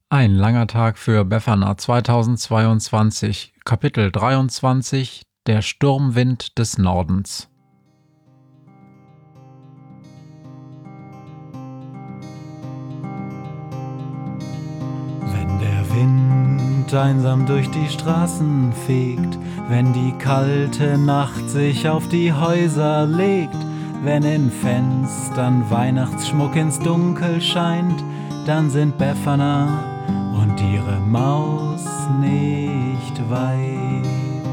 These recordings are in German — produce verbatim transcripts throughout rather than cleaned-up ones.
Ein langer Tag für Befana zweitausendzweiundzwanzig, Kapitel dreiundzwanzig, der Sturmwind des Nordens. Wenn der Wind einsam durch die Straßen fegt, wenn die kalte Nacht sich auf die Häuser legt, wenn in Fenstern Weihnachtsschmuck ins Dunkel scheint, dann sind Befana und ihre Maus nicht weit.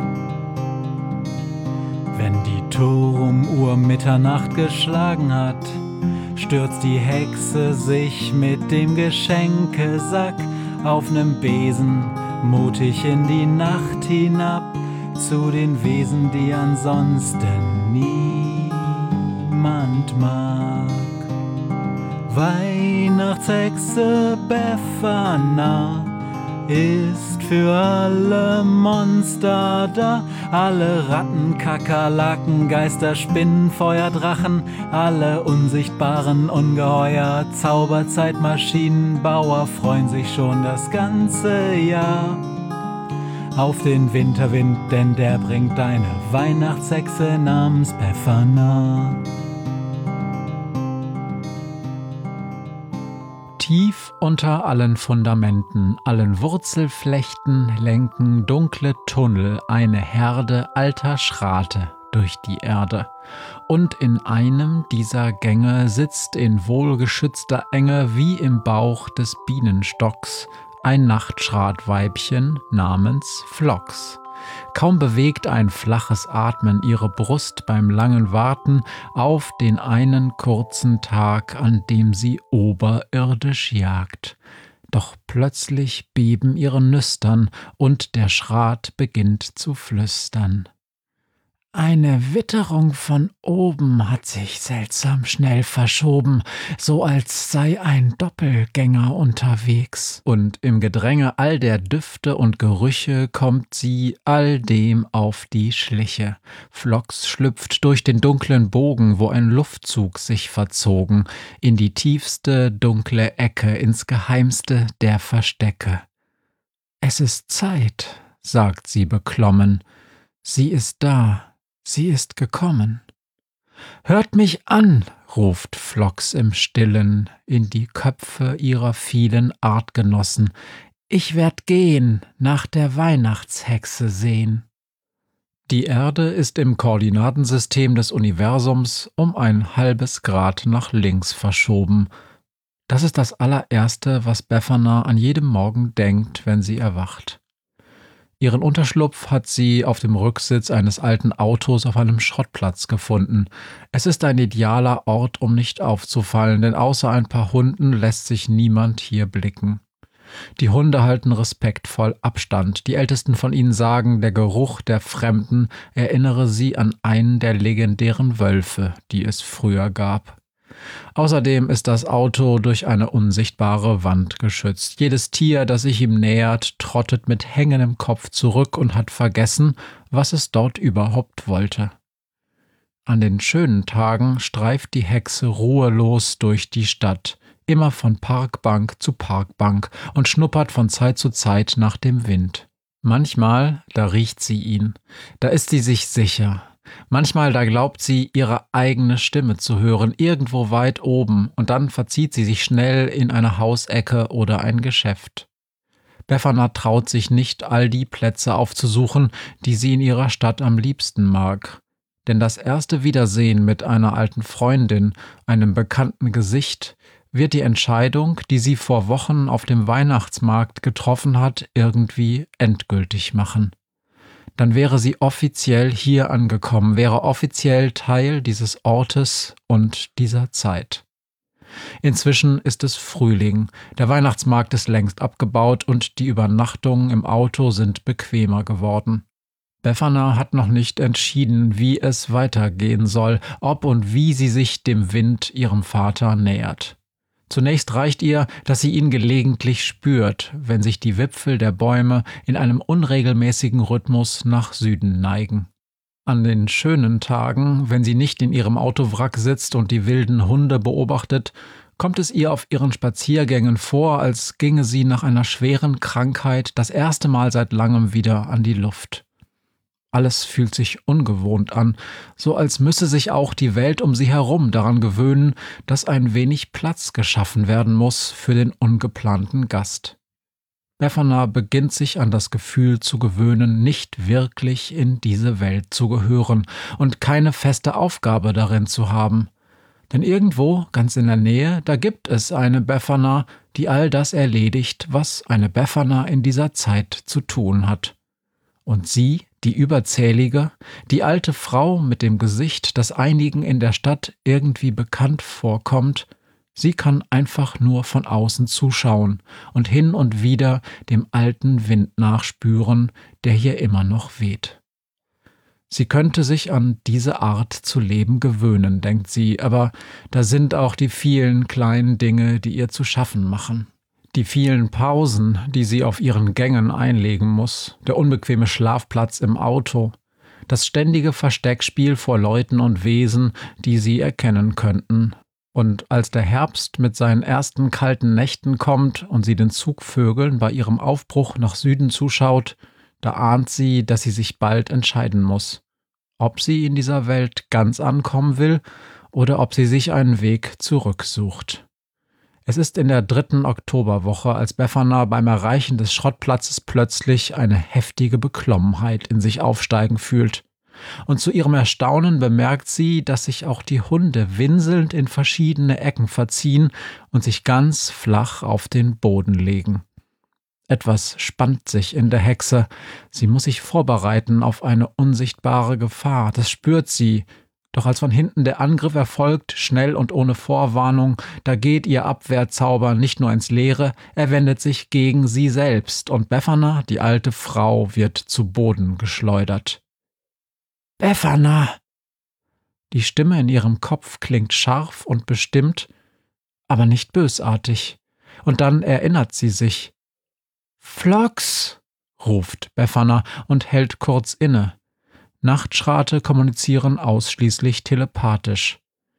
Wenn die Turmuhr Mitternacht geschlagen hat, stürzt die Hexe sich mit dem Geschenkesack auf nem Besen mutig in die Nacht hinab zu den Wesen, die ansonsten niemand mag. Weihnachtshexe Befana ist für alle Monster da, alle Ratten, Kakerlaken, Geister, Spinnen, Feuerdrachen, alle unsichtbaren Ungeheuer, Zauberzeitmaschinenbauer freuen sich schon das ganze Jahr auf den Winterwind, denn der bringt eine Weihnachtshexe namens Befana. Tief unter allen Fundamenten, allen Wurzelflechten lenken dunkle Tunnel eine Herde alter Schrate durch die Erde. Und in einem dieser Gänge sitzt in wohlgeschützter Enge wie im Bauch des Bienenstocks ein Nachtschratweibchen namens Phlox. Kaum bewegt ein flaches Atmen ihre Brust beim langen Warten auf den einen kurzen Tag, an dem sie oberirdisch jagt. Doch plötzlich beben ihre Nüstern und der Schrat beginnt zu flüstern. Eine Witterung von oben hat sich seltsam schnell verschoben, so als sei ein Doppelgänger unterwegs. Und im Gedränge all der Düfte und Gerüche kommt sie all dem auf die Schliche. Phlox schlüpft durch den dunklen Bogen, wo ein Luftzug sich verzogen, in die tiefste dunkle Ecke, ins Geheimste der Verstecke. »Es ist Zeit«, sagt sie beklommen, »sie ist da. Sie ist gekommen.« »Hört mich an«, ruft Phlox im Stillen in die Köpfe ihrer vielen Artgenossen. »Ich werd gehen, nach der Weihnachtshexe sehen.« Die Erde ist im Koordinatensystem des Universums um ein halbes Grad nach links verschoben. Das ist das allererste, was Befana an jedem Morgen denkt, wenn sie erwacht. Ihren Unterschlupf hat sie auf dem Rücksitz eines alten Autos auf einem Schrottplatz gefunden. Es ist ein idealer Ort, um nicht aufzufallen, denn außer ein paar Hunden lässt sich niemand hier blicken. Die Hunde halten respektvoll Abstand. Die Ältesten von ihnen sagen, der Geruch der Fremden erinnere sie an einen der legendären Wölfe, die es früher gab. Außerdem ist das Auto durch eine unsichtbare Wand geschützt. Jedes Tier, das sich ihm nähert, trottet mit hängendem Kopf zurück und hat vergessen, was es dort überhaupt wollte. An den schönen Tagen streift die Hexe ruhelos durch die Stadt, immer von Parkbank zu Parkbank und schnuppert von Zeit zu Zeit nach dem Wind. Manchmal, da riecht sie ihn, da ist sie sich sicher. Manchmal, da glaubt sie, ihre eigene Stimme zu hören, irgendwo weit oben, und dann verzieht sie sich schnell in eine Hausecke oder ein Geschäft. Befana traut sich nicht, all die Plätze aufzusuchen, die sie in ihrer Stadt am liebsten mag. Denn das erste Wiedersehen mit einer alten Freundin, einem bekannten Gesicht, wird die Entscheidung, die sie vor Wochen auf dem Weihnachtsmarkt getroffen hat, irgendwie endgültig machen. Dann wäre sie offiziell hier angekommen, wäre offiziell Teil dieses Ortes und dieser Zeit. Inzwischen ist es Frühling, der Weihnachtsmarkt ist längst abgebaut und die Übernachtungen im Auto sind bequemer geworden. Befana hat noch nicht entschieden, wie es weitergehen soll, ob und wie sie sich dem Wind, ihrem Vater, nähert. Zunächst reicht ihr, dass sie ihn gelegentlich spürt, wenn sich die Wipfel der Bäume in einem unregelmäßigen Rhythmus nach Süden neigen. An den schönen Tagen, wenn sie nicht in ihrem Autowrack sitzt und die wilden Hunde beobachtet, kommt es ihr auf ihren Spaziergängen vor, als ginge sie nach einer schweren Krankheit das erste Mal seit langem wieder an die Luft. Alles fühlt sich ungewohnt an, so als müsse sich auch die Welt um sie herum daran gewöhnen, dass ein wenig Platz geschaffen werden muss für den ungeplanten Gast. Befana beginnt sich an das Gefühl zu gewöhnen, nicht wirklich in diese Welt zu gehören und keine feste Aufgabe darin zu haben. Denn irgendwo, ganz in der Nähe, da gibt es eine Befana, die all das erledigt, was eine Befana in dieser Zeit zu tun hat. Und sie, die Überzählige, die alte Frau mit dem Gesicht, das einigen in der Stadt irgendwie bekannt vorkommt, sie kann einfach nur von außen zuschauen und hin und wieder dem alten Wind nachspüren, der hier immer noch weht. Sie könnte sich an diese Art zu leben gewöhnen, denkt sie, aber da sind auch die vielen kleinen Dinge, die ihr zu schaffen machen. Die vielen Pausen, die sie auf ihren Gängen einlegen muss, der unbequeme Schlafplatz im Auto, das ständige Versteckspiel vor Leuten und Wesen, die sie erkennen könnten. Und als der Herbst mit seinen ersten kalten Nächten kommt und sie den Zugvögeln bei ihrem Aufbruch nach Süden zuschaut, da ahnt sie, dass sie sich bald entscheiden muss, ob sie in dieser Welt ganz ankommen will oder ob sie sich einen Weg zurücksucht. Es ist in der dritten Oktoberwoche, als Befana beim Erreichen des Schrottplatzes plötzlich eine heftige Beklommenheit in sich aufsteigen fühlt. Und zu ihrem Erstaunen bemerkt sie, dass sich auch die Hunde winselnd in verschiedene Ecken verziehen und sich ganz flach auf den Boden legen. Etwas spannt sich in der Hexe. Sie muss sich vorbereiten auf eine unsichtbare Gefahr. Das spürt sie. Doch als von hinten der Angriff erfolgt, schnell und ohne Vorwarnung, da geht ihr Abwehrzauber nicht nur ins Leere, er wendet sich gegen sie selbst und Befana, die alte Frau, wird zu Boden geschleudert. »Befana!« Die Stimme in ihrem Kopf klingt scharf und bestimmt, aber nicht bösartig. Und dann erinnert sie sich. »Phlox«, ruft Befana und hält kurz inne. Nachtschrate kommunizieren ausschließlich telepathisch.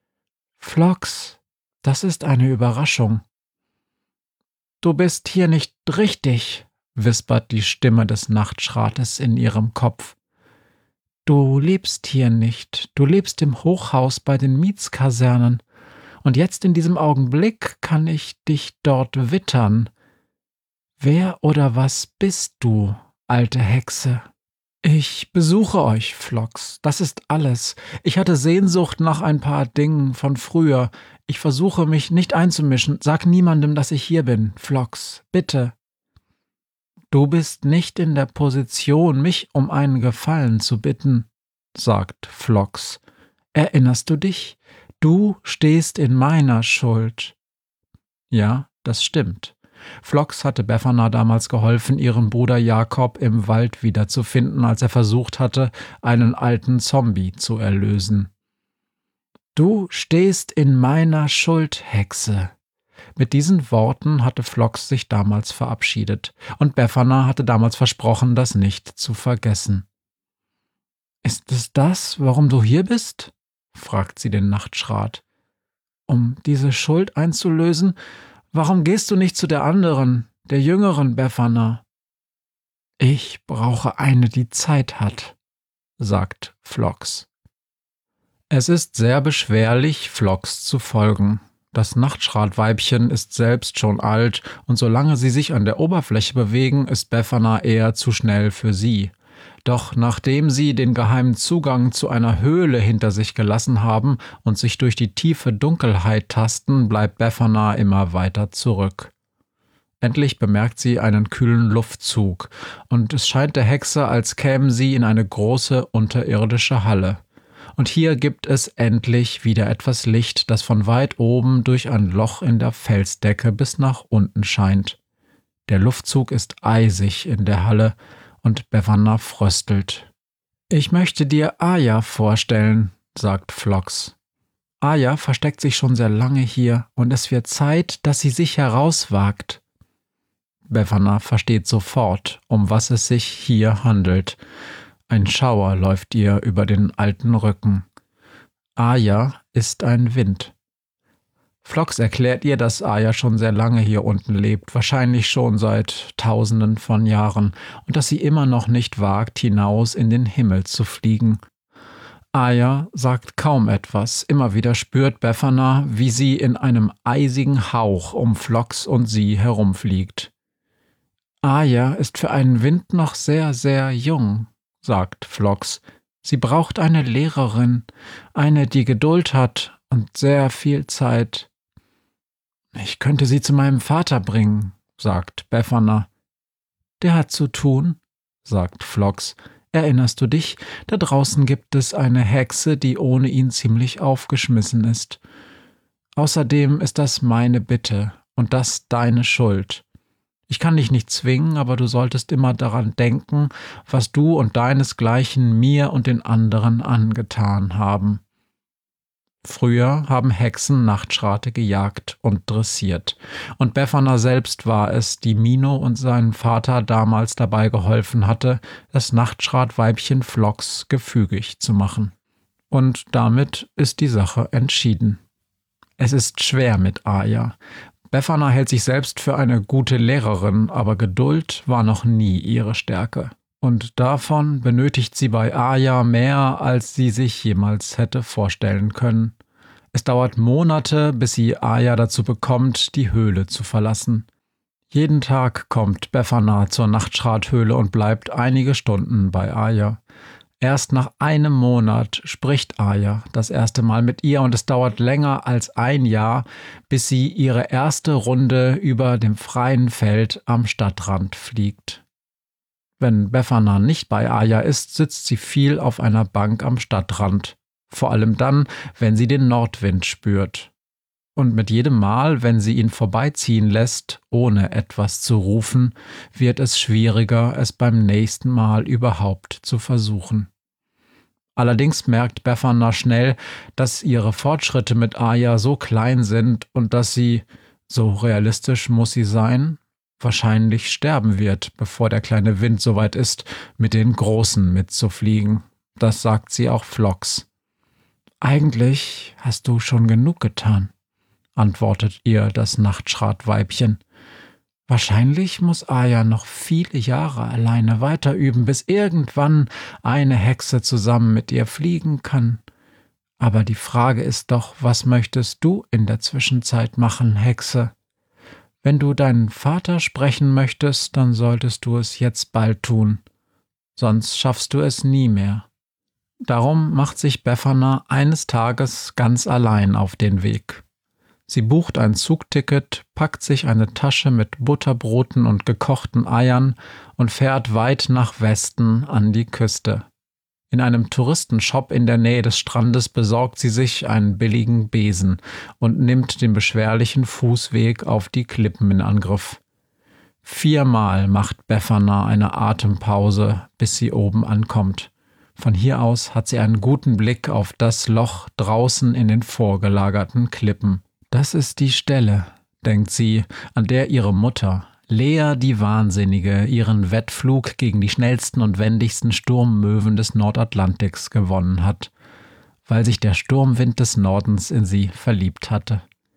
»Phlox, das ist eine Überraschung.« »Du bist hier nicht richtig«, wispert die Stimme des Nachtschrates in ihrem Kopf. »Du lebst hier nicht, du lebst im Hochhaus bei den Mietskasernen, und jetzt in diesem Augenblick kann ich dich dort wittern. Wer oder was bist du, alte Hexe?« »Ich besuche euch, Phlox, das ist alles. Ich hatte Sehnsucht nach ein paar Dingen von früher. Ich versuche, mich nicht einzumischen. Sag niemandem, dass ich hier bin, Phlox, bitte.« »Du bist nicht in der Position, mich um einen Gefallen zu bitten«, sagt Phlox. »Erinnerst du dich? Du stehst in meiner Schuld.« Ja, das stimmt. Phlox hatte Befana damals geholfen, ihren Bruder Jakob im Wald wiederzufinden, als er versucht hatte, einen alten Zombie zu erlösen. »Du stehst in meiner Schuld, Hexe.« Mit diesen Worten hatte Phlox sich damals verabschiedet, und Befana hatte damals versprochen, das nicht zu vergessen. »Ist es das, warum du hier bist?« fragt sie den Nachtschrat. »Um diese Schuld einzulösen? Warum gehst du nicht zu der anderen, der jüngeren Befana?« »Ich brauche eine, die Zeit hat«, sagt Phlox. Es ist sehr beschwerlich, Phlox zu folgen. Das Nachtschratweibchen ist selbst schon alt, und solange sie sich an der Oberfläche bewegen, ist Befana eher zu schnell für sie. Doch nachdem sie den geheimen Zugang zu einer Höhle hinter sich gelassen haben und sich durch die tiefe Dunkelheit tasten, bleibt Befana immer weiter zurück. Endlich bemerkt sie einen kühlen Luftzug, und es scheint der Hexe, als kämen sie in eine große unterirdische Halle. Und hier gibt es endlich wieder etwas Licht, das von weit oben durch ein Loch in der Felsdecke bis nach unten scheint. Der Luftzug ist eisig in der Halle, und Befana fröstelt. »Ich möchte dir Aya vorstellen«, sagt Phlox. »Aya versteckt sich schon sehr lange hier, und es wird Zeit, dass sie sich herauswagt.« Befana versteht sofort, um was es sich hier handelt. Ein Schauer läuft ihr über den alten Rücken. Aya ist ein Wind. Phlox erklärt ihr, dass Aya schon sehr lange hier unten lebt, wahrscheinlich schon seit Tausenden von Jahren, und dass sie immer noch nicht wagt, hinaus in den Himmel zu fliegen. Aya sagt kaum etwas, immer wieder spürt Befana, wie sie in einem eisigen Hauch um Phlox und sie herumfliegt. Aya ist für einen Wind noch sehr, sehr jung, sagt Phlox. Sie braucht eine Lehrerin, eine, die Geduld hat und sehr viel Zeit. Ich könnte sie zu meinem Vater bringen, sagt Befana. Der hat zu tun, sagt Phlox. Erinnerst du dich? Da draußen gibt es eine Hexe, die ohne ihn ziemlich aufgeschmissen ist. Außerdem ist das meine Bitte und das deine Schuld. Ich kann dich nicht zwingen, aber du solltest immer daran denken, was du und deinesgleichen mir und den anderen angetan haben. Früher haben Hexen Nachtschrate gejagt und dressiert, und Befana selbst war es, die Mino und seinem Vater damals dabei geholfen hatte, das Nachtschratweibchen Phlox gefügig zu machen. Und damit ist die Sache entschieden. Es ist schwer mit Aya. Befana hält sich selbst für eine gute Lehrerin, aber Geduld war noch nie ihre Stärke. Und davon benötigt sie bei Aya mehr, als sie sich jemals hätte vorstellen können. Es dauert Monate, bis sie Aya dazu bekommt, die Höhle zu verlassen. Jeden Tag kommt Befana zur Nachtschrathöhle und bleibt einige Stunden bei Aya. Erst nach einem Monat spricht Aya das erste Mal mit ihr und es dauert länger als ein Jahr, bis sie ihre erste Runde über dem freien Feld am Stadtrand fliegt. Wenn Befana nicht bei Aya ist, sitzt sie viel auf einer Bank am Stadtrand. Vor allem dann, wenn sie den Nordwind spürt. Und mit jedem Mal, wenn sie ihn vorbeiziehen lässt, ohne etwas zu rufen, wird es schwieriger, es beim nächsten Mal überhaupt zu versuchen. Allerdings merkt Befana schnell, dass ihre Fortschritte mit Aya so klein sind und dass sie, so realistisch muss sie sein, wahrscheinlich sterben wird, bevor der kleine Wind soweit ist, mit den Großen mitzufliegen. Das sagt sie auch Phlox. Eigentlich hast du schon genug getan, antwortet ihr das Nachtschratweibchen. Wahrscheinlich muss Aya noch viele Jahre alleine weiterüben, bis irgendwann eine Hexe zusammen mit ihr fliegen kann. Aber die Frage ist doch, was möchtest du in der Zwischenzeit machen, Hexe? Wenn du deinen Vater sprechen möchtest, dann solltest du es jetzt bald tun. Sonst schaffst du es nie mehr. Darum macht sich Befana eines Tages ganz allein auf den Weg. Sie bucht ein Zugticket, packt sich eine Tasche mit Butterbroten und gekochten Eiern und fährt weit nach Westen an die Küste. In einem Touristenshop in der Nähe des Strandes besorgt sie sich einen billigen Besen und nimmt den beschwerlichen Fußweg auf die Klippen in Angriff. Viermal macht Befana eine Atempause, bis sie oben ankommt. Von hier aus hat sie einen guten Blick auf das Loch draußen in den vorgelagerten Klippen. Das ist die Stelle, denkt sie, an der ihre Mutter, Lea die Wahnsinnige, ihren Wettflug gegen die schnellsten und wendigsten Sturmmöwen des Nordatlantiks gewonnen hat, weil sich der Sturmwind des Nordens in sie verliebt hatte.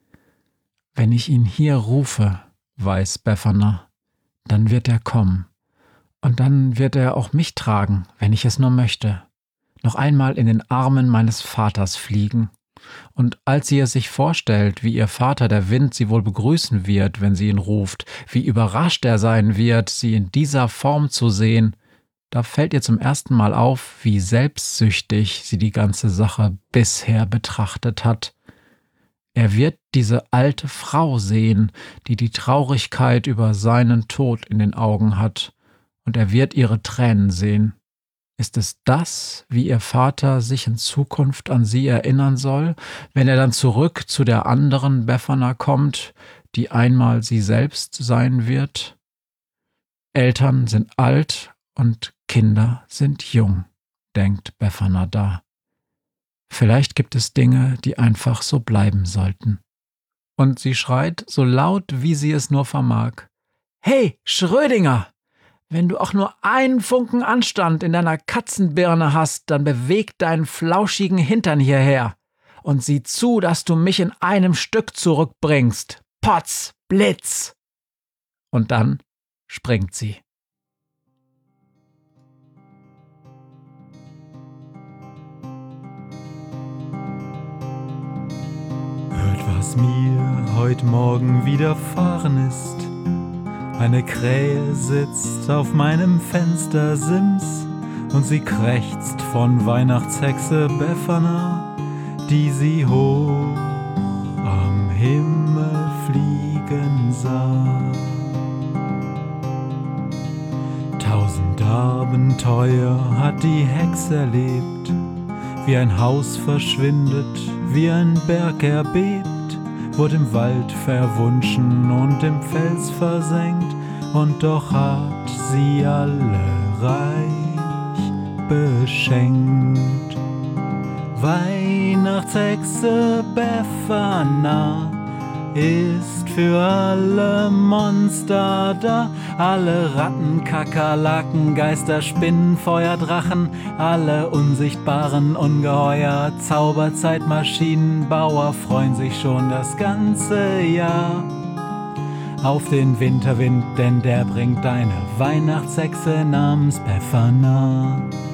Wenn ich ihn hier rufe, weiß Befana, dann wird er kommen. Und dann wird er auch mich tragen, wenn ich es nur möchte. Noch einmal in den Armen meines Vaters fliegen. Und als sie es sich vorstellt, wie ihr Vater, der Wind, sie wohl begrüßen wird, wenn sie ihn ruft, wie überrascht er sein wird, sie in dieser Form zu sehen, da fällt ihr zum ersten Mal auf, wie selbstsüchtig sie die ganze Sache bisher betrachtet hat. Er wird diese alte Frau sehen, die die Traurigkeit über seinen Tod in den Augen hat, und er wird ihre Tränen sehen. Ist es das, wie ihr Vater sich in Zukunft an sie erinnern soll, wenn er dann zurück zu der anderen Befana kommt, die einmal sie selbst sein wird? Eltern sind alt und Kinder sind jung, denkt Befana da. Vielleicht gibt es Dinge, die einfach so bleiben sollten. Und sie schreit, so laut, wie sie es nur vermag. »Hey, Schrödinger! Wenn du auch nur einen Funken Anstand in deiner Katzenbirne hast, dann beweg deinen flauschigen Hintern hierher. und sieh zu, dass du mich in einem Stück zurückbringst. Potz, Blitz! Und dann springt sie. Hört, was mir heut Morgen widerfahren ist. Eine Krähe sitzt auf meinem Fenstersims und sie krächzt von Weihnachtshexe Befana, die sie hoch am Himmel fliegen sah. Tausend Abenteuer hat die Hexe erlebt, wie ein Haus verschwindet, wie ein Berg erbebt, wurde im Wald verwunschen und im Fels versenkt, und doch hat sie alle reich beschenkt. Weihnachtshexe Befana ist für alle Monster da, alle Ratten, Kakerlaken, Geister, Spinnen, Feuer, Drachen, alle unsichtbaren Ungeheuer, Zauberzeitmaschinenbauer freuen sich schon das ganze Jahr auf den Winterwind, denn der bringt eine Weihnachtshexe namens Befana.